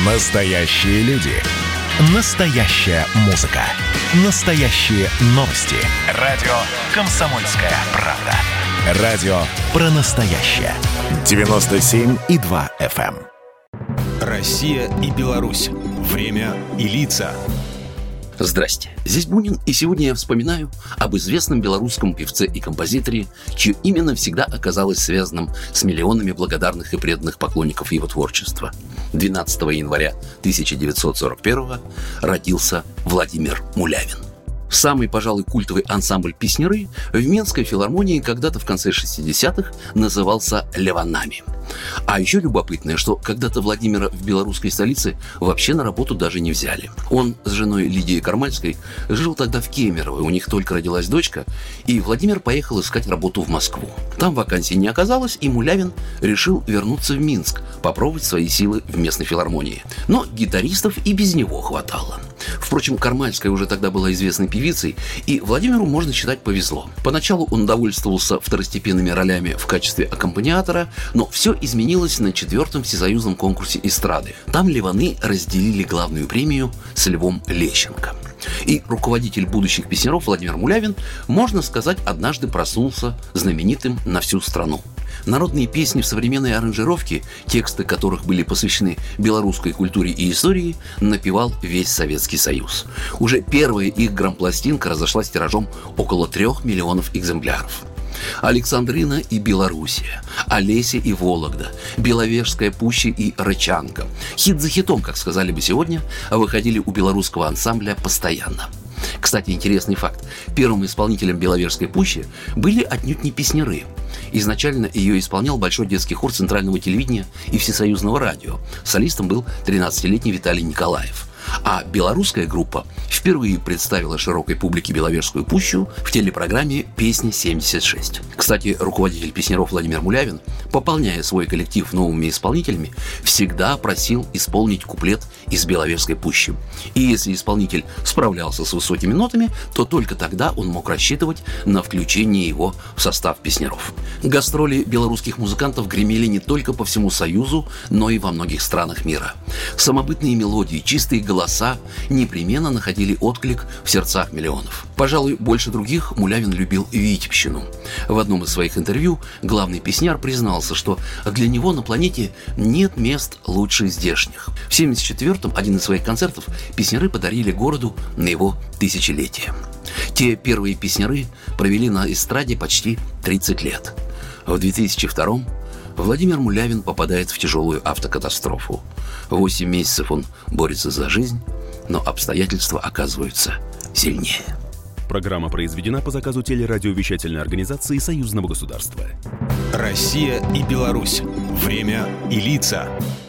Настоящие люди. Настоящая музыка. Настоящие новости. Радио «Комсомольская правда». Радио про настоящее. 97,2 FM. Россия и Беларусь. Время и лица. Здрасте, здесь Бунин, и сегодня я вспоминаю об известном белорусском певце и композиторе, чье имя навсегда оказалось связанным с миллионами благодарных и преданных поклонников его творчества. 12 января 1941 родился Владимир Мулявин. Самый, пожалуй, культовый ансамбль «Песняры» в Минской филармонии когда-то в конце 60-х назывался «Леванами». А еще любопытное, что когда-то Владимира в белорусской столице вообще на работу даже не взяли. Он с женой Лидией Кармальской жил тогда в Кемерово, у них только родилась дочка, и Владимир поехал искать работу в Москву. Там вакансий не оказалось, и Мулявин решил вернуться в Минск, попробовать свои силы в местной филармонии. Но гитаристов и без него хватало. Впрочем, Кармальская уже тогда была известной певицей, и Владимиру, можно считать, повезло. Поначалу он довольствовался второстепенными ролями в качестве аккомпаниатора, но все изменилось на 4-м всесоюзном конкурсе эстрады. Там Леваны разделили главную премию с Львом Лещенко. И руководитель будущих песняров Владимир Мулявин, можно сказать, однажды проснулся знаменитым на всю страну. Народные песни в современной аранжировке, тексты которых были посвящены белорусской культуре и истории, напевал весь Советский Союз. Уже первая их грампластинка разошлась тиражом около 3 миллионов экземпляров. Александрина и Белоруссия, Олеся и Вологда, Беловежская пуща и Рычанка. Хит за хитом, как сказали бы сегодня, выходили у белорусского ансамбля постоянно. Кстати, интересный факт. Первым исполнителем Беловежской пущи были отнюдь не песняры. Изначально ее исполнял Большой детский хор Центрального телевидения и Всесоюзного радио. Солистом был 13-летний Виталий Николаев. А белорусская группа впервые представила широкой публике Беловежскую пущу в телепрограмме «Песня-76». Кстати, руководитель песняров Владимир Мулявин, пополняя свой коллектив новыми исполнителями, всегда просил исполнить куплет из Беловежской пущи. И если исполнитель справлялся с высокими нотами, то только тогда он мог рассчитывать на включение его в состав песняров. Гастроли белорусских музыкантов гремели не только по всему Союзу, но и во многих странах мира. Самобытные мелодии, чистые голоса непременно находили отклик в сердцах миллионов. Пожалуй, больше других Мулявин любил Витебщину. В одном из своих интервью главный песняр признался, что для него на планете нет мест лучше здешних. В 1974-м один из своих концертов песняры подарили городу на его 1000-летие. Те первые песняры провели на эстраде почти 30 лет. В 2002-м Владимир Мулявин попадает в тяжелую автокатастрофу. 8 месяцев он борется за жизнь, но обстоятельства оказываются сильнее. Программа произведена по заказу телерадиовещательной организации Союзного государства. Россия и Беларусь. Время и лица.